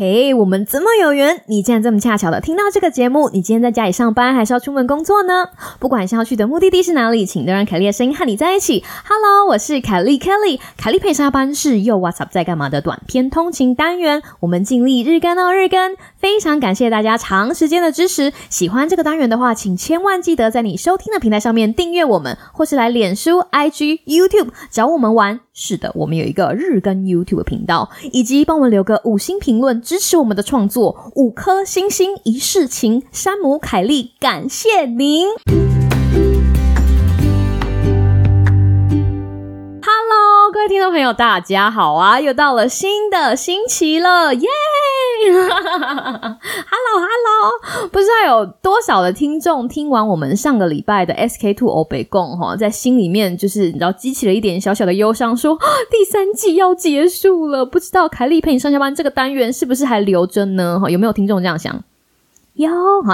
嘿，我们这么有缘，你竟然这么恰巧的听到这个节目，你今天在家里上班还是要出门工作呢？不管是要去的目的地是哪里，请都让凯莉的声音和你在一起。Hello， 我是凯莉 Kelly， 凯莉陪上下班是又 What's Up 在干嘛的短篇通勤单元，我们尽力日更到日更，非常感谢大家长时间的支持。喜欢这个单元的话，请千万记得在你收听的平台上面订阅我们，或是来脸书、IG、YouTube 找我们玩。是的，我们有一个日更 YouTube 频道，以及帮我们留个5星评论支持我们的创作，5颗星星一世情，山姆凯莉感谢您。Hello， 各位听众朋友，大家好啊！又到了新的星期了，耶！Hello， 不知道有多少的听众听完我们上个礼拜的 SK2 欧北共在心里面就是你知道激起了一点小小的忧伤，说第3季要结束了，不知道凯莉陪你上下班这个单元是不是还留着呢？有没有听众这样想？有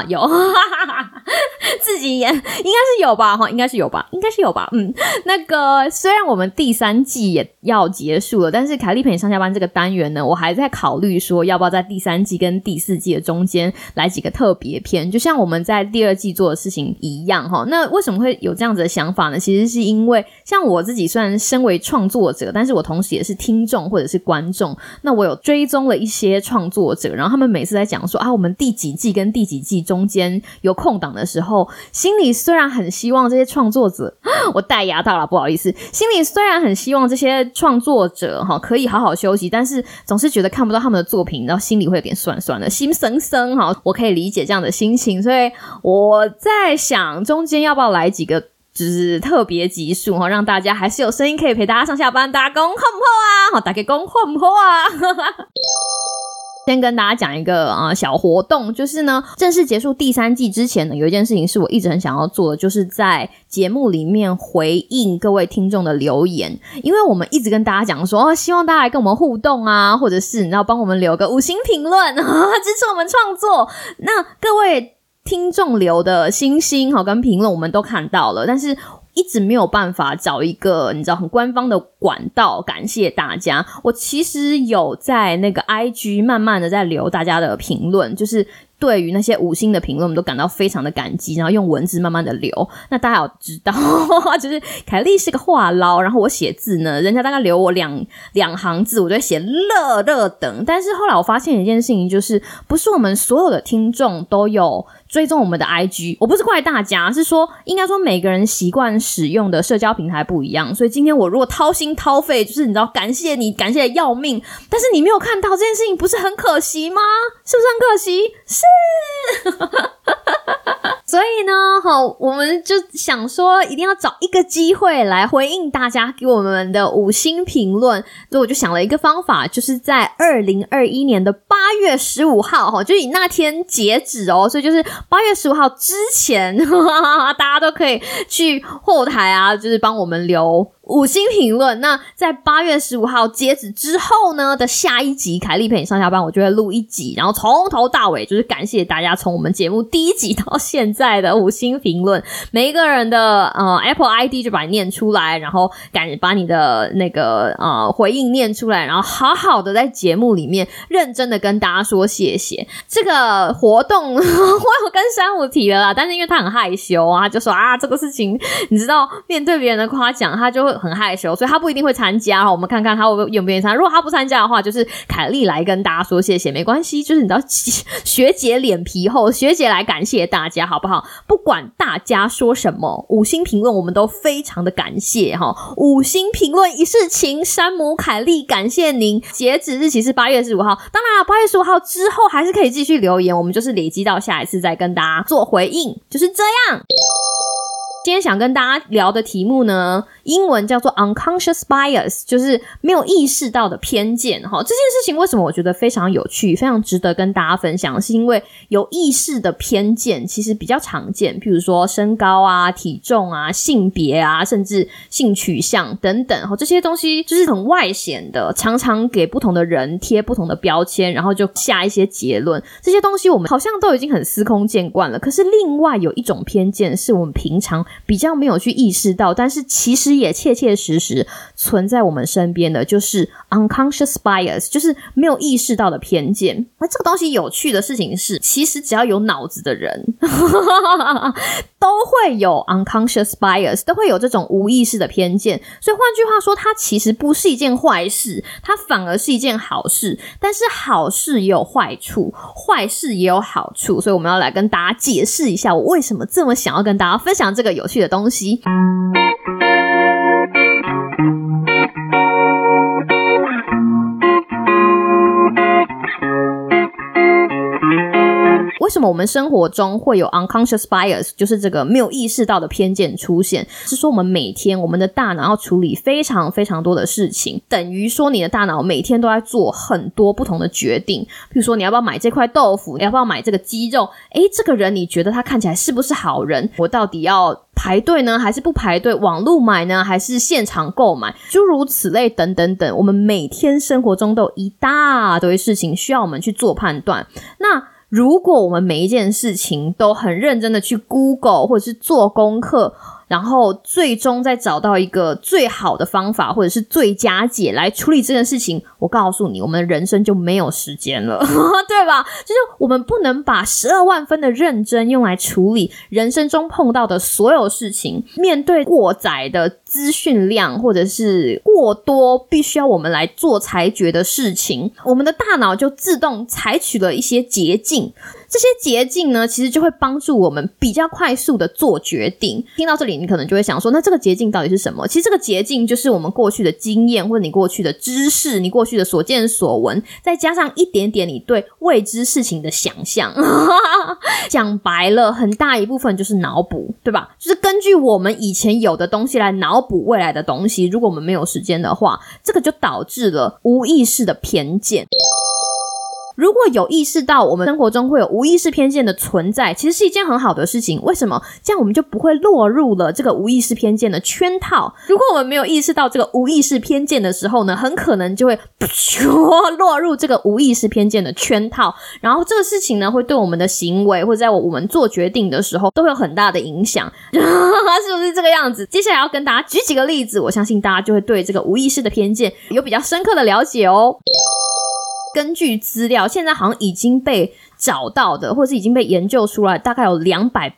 自己演应该是有吧应该是有吧那个虽然我们第3季也要结束了，但是凯莉陪你上下班这个单元呢，我还在考虑说要不要在第3季跟第4季的中间来几个特别篇，就像我们在第2季做的事情一样那为什么会有这样子的想法呢？其实是因为像我自己虽然身为创作者，但是我同时也是听众或者是观众，那我有追踪了一些创作者，然后他们每次在讲说我们第几季跟第几季中间有空档的时候，心里虽然很希望这些创作者我戴牙套了不好意思，心里虽然很希望这些创作者可以好好休息，但是总是觉得看不到他们的作品，然后心里会有点酸酸的心生生我可以理解这样的心情，所以我在想中间要不要来几个就是特别集数让大家还是有声音可以陪大家上下班，大家讲好不好啊？大家讲好不好啊？先跟大家讲一个小活动，就是呢正式结束第3季之前呢，有一件事情是我一直很想要做的，就是在节目里面回应各位听众的留言，因为我们一直跟大家讲说希望大家来跟我们互动啊，或者是你知道帮我们留个5星评论支持我们创作。那各位听众留的星星跟评论我们都看到了，但是一直没有办法找一个你知道很官方的管道感谢大家。我其实有在那个 IG 慢慢的在留大家的评论，就是对于那些5星的评论我们都感到非常的感激，然后用文字慢慢的留。那大家有知道就是凯莉是个话唠，然后我写字呢，人家大概留我两行字，我就会写乐乐等。但是后来我发现一件事情，就是不是我们所有的听众都有追踪我们的 IG， 我不是怪大家，是说应该说每个人习惯使用的社交平台不一样，所以今天我如果掏心掏肺就是你知道感谢你，感谢的要命，但是你没有看到这件事情，不是很可惜吗？是不是很可惜？是所以呢我们就想说一定要找一个机会来回应大家给我们的5星评论，所以我就想了一个方法，就是在2021年的8月15号就以那天截止所以就是8月15号之前大家都可以去后台就是帮我们留5星评论。那在8月15号截止之后呢的下一集凯莉陪你上下班，我就会录1集，然后从头到尾就是感谢大家从我们节目第1集到现在的5星评论，每一个人的Apple ID 就把你念出来，然后把你的那个回应念出来，然后好好的在节目里面认真的跟大家说谢谢。这个活动我有跟山姆提了啦，但是因为他很害羞他就说这个事情你知道面对别人的夸奖他就会很害羞，所以他不一定会参加我们看看他愿不愿意参加。如果他不参加的话，就是凯莉来跟大家说谢谢，没关系，就是你知道学姐脸皮厚，学姐来感谢大家好不好？不管大家说什么5星评论我们都非常的感谢5星评论一世情，山姆凯莉感谢您。截止日期是8月15号，当然了8月15号之后还是可以继续留言，我们就是累积到下一次再跟大家做回应，就是这样。今天想跟大家聊的题目呢，英文叫做 unconscious bias， 就是没有意识到的偏见这件事情为什么我觉得非常有趣，非常值得跟大家分享，是因为有意识的偏见其实比较常见，譬如说身高体重性别甚至性取向等等这些东西就是很外显的，常常给不同的人贴不同的标签，然后就下一些结论。这些东西我们好像都已经很司空见惯了，可是另外有一种偏见是我们平常比较没有去意识到，但是其实也切切实实存在我们身边的，就是 unconscious bias， 就是没有意识到的偏见。那这个东西有趣的事情是，其实只要有脑子的人都会有 unconscious bias， 都会有这种无意识的偏见。所以换句话说，它其实不是一件坏事，它反而是一件好事。但是好事也有坏处，坏事也有好处，所以我们要来跟大家解释一下，我为什么这么想要跟大家分享这个有趣的东西。为什么我们生活中会有 unconscious bias， 就是这个没有意识到的偏见出现？是说我们每天我们的大脑要处理非常非常多的事情，等于说你的大脑每天都在做很多不同的决定。比如说你要不要买这块豆腐，你要不要买这个鸡肉，这个人你觉得他看起来是不是好人，我到底要排队呢还是不排队，网路买呢还是现场购买，诸如此类等等等。我们每天生活中都有一大堆事情需要我们去做判断。那如果我们每一件事情都很认真的去 Google 或者是做功课，然后最终再找到一个最好的方法或者是最佳解来处理这件事情，我告诉你，我们的人生就没有时间了对吧？就是我们不能把12万分的认真用来处理人生中碰到的所有事情。面对过载的资讯量或者是过多必须要我们来做裁决的事情，我们的大脑就自动采取了一些捷径。这些捷径呢，其实就会帮助我们比较快速的做决定。听到这里你可能就会想说，那这个捷径到底是什么？其实这个捷径就是我们过去的经验，或者你过去的知识，你过去的所见所闻，再加上一点点你对未知事情的想象讲白了，很大一部分就是脑补，对吧？就是根据我们以前有的东西来脑补未来的东西。如果我们没有时间的话，这个就导致了无意识的偏见。如果有意识到我们生活中会有无意识偏见的存在，其实是一件很好的事情。为什么？这样我们就不会落入了这个无意识偏见的圈套。如果我们没有意识到这个无意识偏见的时候呢，很可能就会落入这个无意识偏见的圈套，然后这个事情呢会对我们的行为或者在我们做决定的时候都会有很大的影响是不是这个样子？接下来要跟大家举几个例子，我相信大家就会对这个无意识的偏见有比较深刻的了解哦。根据资料，现在好像已经被找到的或是已经被研究出来，大概有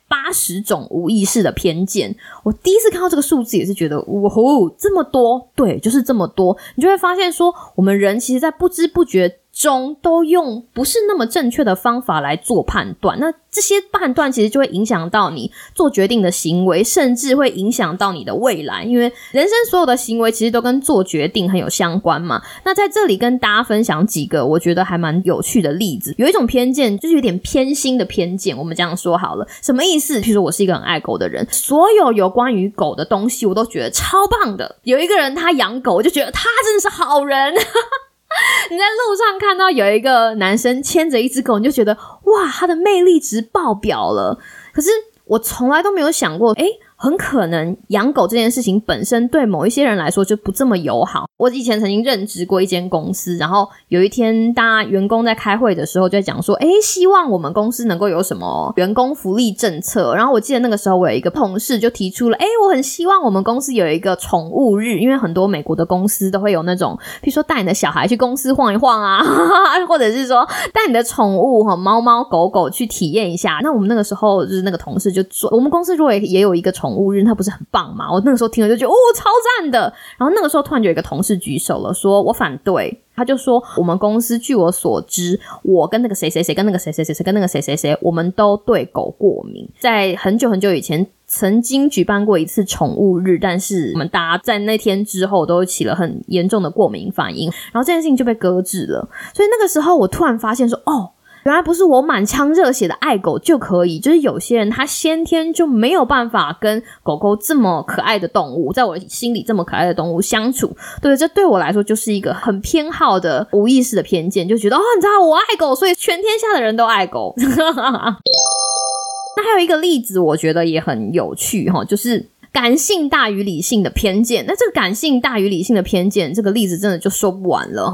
280种无意识的偏见。我第一次看到这个数字也是觉得哇吼，这么多。对，就是这么多。你就会发现说，我们人其实在不知不觉中都用不是那么正确的方法来做判断，那这些判断其实就会影响到你做决定的行为，甚至会影响到你的未来。因为人生所有的行为其实都跟做决定很有相关嘛。那在这里跟大家分享几个我觉得还蛮有趣的例子。有一种偏见就是有点偏心的偏见，我们这样说好了。什么意思？譬如说我是一个很爱狗的人，所有关于狗的东西我都觉得超棒的。有一个人他养狗，我就觉得他真的是好人你在路上看到有一个男生牵着一只狗，你就觉得哇，他的魅力值爆表了。可是我从来都没有想过，很可能养狗这件事情本身对某一些人来说就不这么友好。我以前曾经任职过一间公司，然后有一天大家员工在开会的时候就在讲说希望我们公司能够有什么员工福利政策。然后我记得那个时候我有一个同事就提出了我很希望我们公司有一个宠物日，因为很多美国的公司都会有那种比如说带你的小孩去公司晃一晃啊或者是说带你的宠物猫猫狗狗去体验一下。那我们那个时候就是那个同事就说，我们公司如果也有一个宠物日，那不是很棒吗？我那个时候听了就觉得超赞的。然后那个时候突然就有一个同事举手了，说我反对。他就说，我们公司据我所知，我跟那个谁谁谁跟那个谁谁谁跟那个谁谁谁，我们都对狗过敏。在很久很久以前曾经举办过一次宠物日，但是我们大家在那天之后都起了很严重的过敏反应，然后这件事情就被搁置了。所以那个时候我突然发现说，原来不是我满腔热血的爱狗就可以，就是有些人他先天就没有办法跟狗狗这么可爱的动物，在我心里这么可爱的动物相处。对，这对我来说就是一个很偏好的无意识的偏见，就觉得你知道我爱狗，所以全天下的人都爱狗那还有一个例子我觉得也很有趣就是感性大于理性的偏见。那这个感性大于理性的偏见这个例子真的就说不完了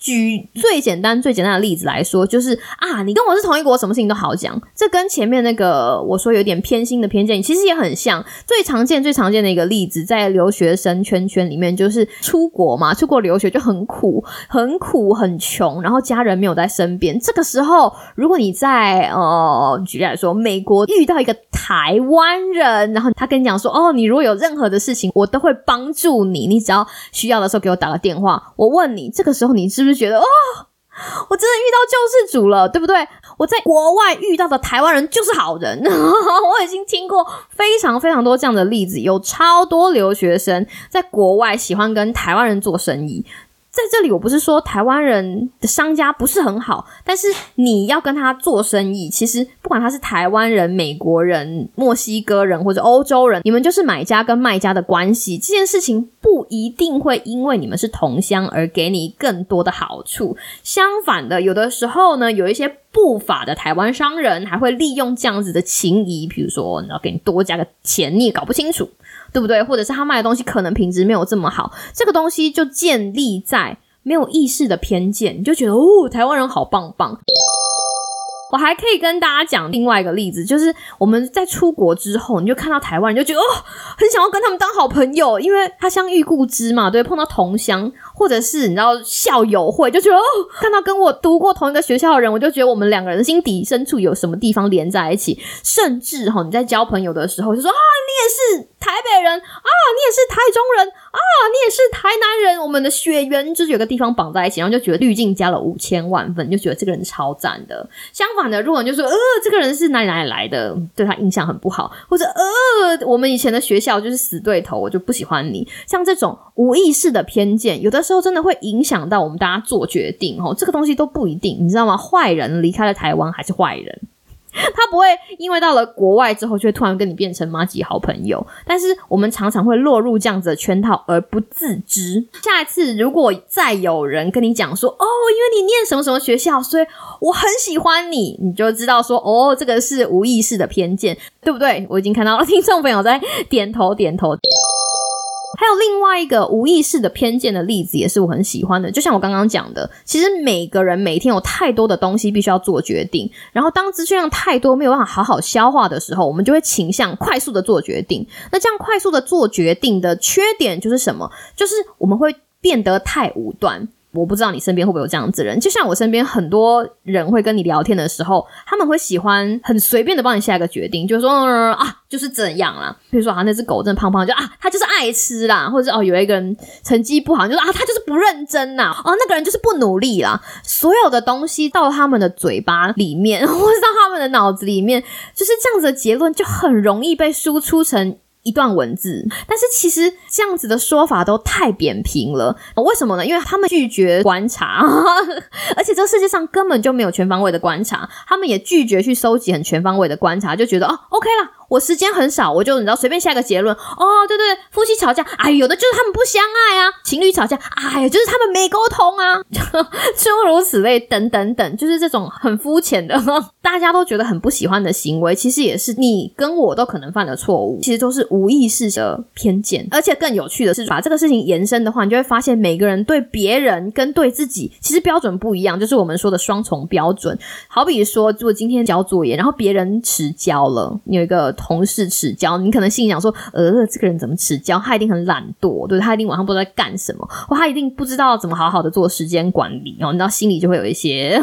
举最简单的例子来说，就是你跟我是同一国，什么事情都好讲。这跟前面那个我说有点偏心的偏见其实也很像。最常见的一个例子，在留学生圈里面，就是出国嘛，出国留学就很苦很穷，然后家人没有在身边。这个时候如果你在举例来说美国遇到一个台湾人，然后他跟你讲说你如果有任何的事情我都会帮助你，你只要需要的时候给我打个电话。我问你，这个时候你是不是觉得我真的遇到救世主了，对不对？我在国外遇到的台湾人就是好人我已经听过非常非常多这样的例子，有超多留学生在国外喜欢跟台湾人做生意。在这里我不是说台湾人的商家不是很好，但是你要跟他做生意，其实不管他是台湾人、美国人、墨西哥人或者欧洲人，你们就是买家跟卖家的关系，这件事情不一定会因为你们是同乡而给你更多的好处。相反的，有的时候呢，有一些不法的台湾商人还会利用这样子的情谊，比如说给你多加个钱你也搞不清楚，对不对？或者是他卖的东西可能品质没有这么好，这个东西就建立在没有意识的偏见，你就觉得台湾人好棒棒。我还可以跟大家讲另外一个例子，就是我们在出国之后，你就看到台湾人就觉得很想要跟他们当好朋友，因为他乡遇故知嘛，对，碰到同乡，或者是你知道校友会，就觉得看到跟我读过同一个学校的人，我就觉得我们两个人心底深处有什么地方连在一起。甚至你在交朋友的时候就说你也是台北人你也是台中人你也是台南人，我们的血缘就是有个地方绑在一起，然后就觉得滤镜加了5000万分，就觉得这个人超赞的。相反的，如果你就说这个人是哪里来的，对他印象很不好，或者我们以前的学校就是死对头，我就不喜欢你。像这种无意识的偏见，有的时候真的会影响到我们大家做决定这个东西都不一定，你知道吗？坏人离开了台湾还是坏人，他不会因为到了国外之后就会突然跟你变成麻吉好朋友，但是我们常常会落入这样子的圈套而不自知。下一次如果再有人跟你讲说因为你念什么什么学校所以我很喜欢你，你就知道说这个是无意识的偏见，对不对？我已经看到听众朋友在点头。还有另外一个无意识的偏见的例子也是我很喜欢的，就像我刚刚讲的，其实每个人每天有太多的东西必须要做决定，然后当资讯量太多没有办法好好消化的时候，我们就会倾向快速的做决定。那这样快速的做决定的缺点就是什么？就是我们会变得太武断。我不知道你身边会不会有这样子的人，就像我身边很多人会跟你聊天的时候，他们会喜欢很随便的帮你下一个决定，就是说就是怎样啦，比如说那只狗真的胖胖，就他就是爱吃啦，或者是有一个人成绩不好，就是他就是不认真啦，那个人就是不努力啦。所有的东西到他们的嘴巴里面或是到他们的脑子里面，就是这样子的结论就很容易被输出成一段文字，但是其实这样子的说法都太扁平了。为什么呢？因为他们拒绝观察而且这世界上根本就没有全方位的观察，他们也拒绝去收集很全方位的观察，就觉得OK 啦，我时间很少，我就你知道随便下一个结论。对，夫妻吵架有的就是他们不相爱啊，情侣吵架就是他们没沟通啊诸如此类等等等，就是这种很肤浅的大家都觉得很不喜欢的行为，其实也是你跟我都可能犯的错误，其实都是无意识的偏见。而且更有趣的是，把这个事情延伸的话，你就会发现每个人对别人跟对自己其实标准不一样，就是我们说的双重标准。好比说如果今天交作业，然后别人迟交了，你有一个同事迟交，你可能心里想说这个人怎么迟交，他一定很懒惰，对，他一定晚上不知道在干什么，或他一定不知道怎么好好的做时间管理，你知道心里就会有一些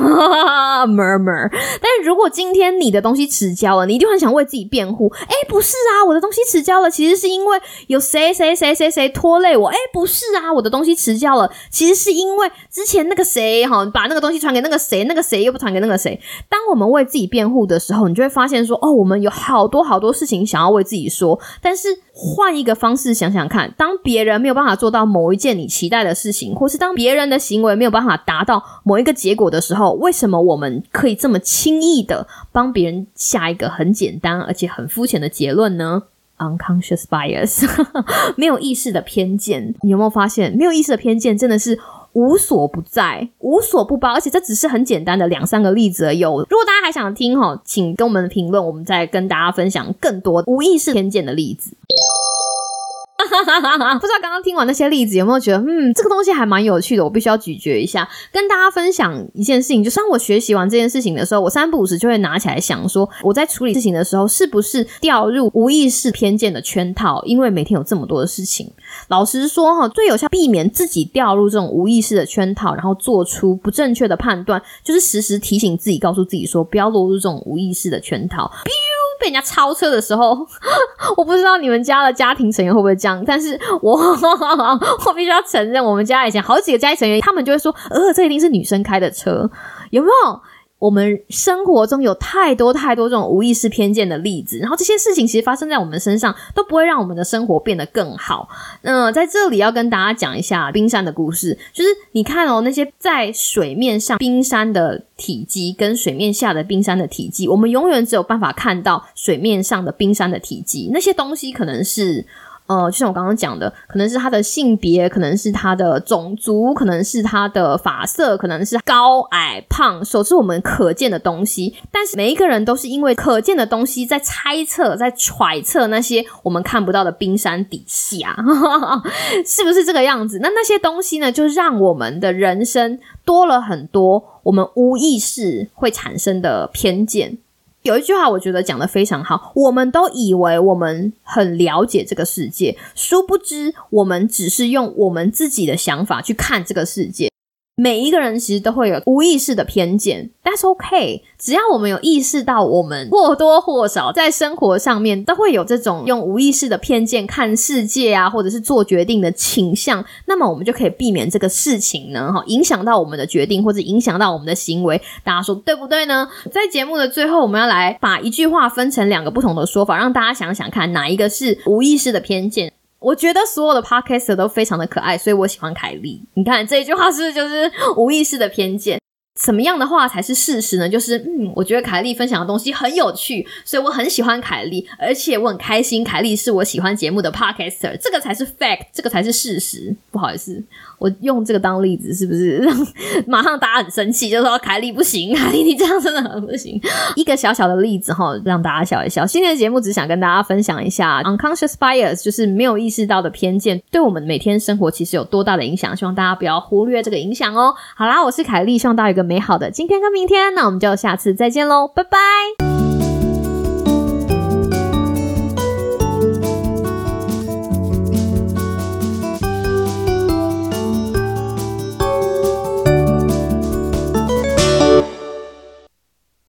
murmur。 但是如果今天你的东西迟交了，你一定很想为自己辩护，不是啊，我的东西迟交了其实是因为有谁拖累我，不是啊，我的东西迟交了其实是因为之前那个谁把那个东西传给那个谁，那个谁又不传给那个谁。当我们为自己辩护的时候，你就会发现说我们有好多事情想要为自己说，但是换一个方式想想看，当别人没有办法做到某一件你期待的事情，或是当别人的行为没有办法达到某一个结果的时候，为什么我们可以这么轻易的帮别人下一个很简单而且很肤浅的结论呢？Unconscious bias 没有意识的偏见。你有没有发现没有意识的偏见真的是无所不在无所不包，而且这只是很简单的2-3个例子而已。如果大家还想听请跟我们评论，我们再跟大家分享更多无意识偏见的例子。 不知道刚刚听完那些例子有没有觉得这个东西还蛮有趣的，我必须要咀嚼一下，跟大家分享一件事情。就当我学习完这件事情的时候，我三不五时就会拿起来想说，我在处理事情的时候是不是掉入无意识偏见的圈套，因为每天有这么多的事情。老实说最有效避免自己掉入这种无意识的圈套，然后做出不正确的判断，就是时时提醒自己，告诉自己说不要落入这种无意识的圈套。被人家超车的时候，我不知道你们家的家庭成员会不会这样，但是我必须要承认，我们家以前好几个家庭成员，他们就会说这一定是女生开的车，有没有？我们生活中有太多太多这种无意识偏见的例子，然后这些事情其实发生在我们身上都不会让我们的生活变得更好。在这里要跟大家讲一下冰山的故事，就是你看那些在水面上冰山的体积跟水面下的冰山的体积，我们永远只有办法看到水面上的冰山的体积，那些东西可能是就像我刚刚讲的，可能是他的性别，可能是他的种族，可能是他的发色，可能是高矮胖瘦，是我们可见的东西。但是每一个人都是因为可见的东西在猜测，在揣测那些我们看不到的冰山底下是不是这个样子？那些东西呢，就让我们的人生多了很多我们无意识会产生的偏见。有一句话我觉得讲得非常好，我们都以为我们很了解这个世界，殊不知我们只是用我们自己的想法去看这个世界。每一个人其实都会有无意识的偏见， That's okay， 只要我们有意识到我们或多或少在生活上面都会有这种用无意识的偏见看世界啊，或者是做决定的倾向，那么我们就可以避免这个事情呢影响到我们的决定，或者影响到我们的行为。大家说对不对呢？在节目的最后，我们要来把一句话分成两个不同的说法，让大家想想看哪一个是无意识的偏见。我觉得所有的 podcaster 都非常的可爱，所以我喜欢凯莉。你看这一句话是不是就是无意识的偏见？什么样的话才是事实呢？就是我觉得凯莉分享的东西很有趣，所以我很喜欢凯莉，而且我很开心凯莉是我喜欢节目的 podcaster， 这个才是 fact， 这个才是事实。不好意思，我用这个当例子是不是让马上大家很生气，就说凯莉不行，凯莉你这样真的很不行。一个小小的例子让大家笑一笑。今天的节目只想跟大家分享一下 unconscious bias， 就是没有意识到的偏见对我们每天生活其实有多大的影响，希望大家不要忽略这个影响哦。好啦，我是凯莉，希望大家有一个美好的今天跟明天，那我们就下次再见咯，拜拜。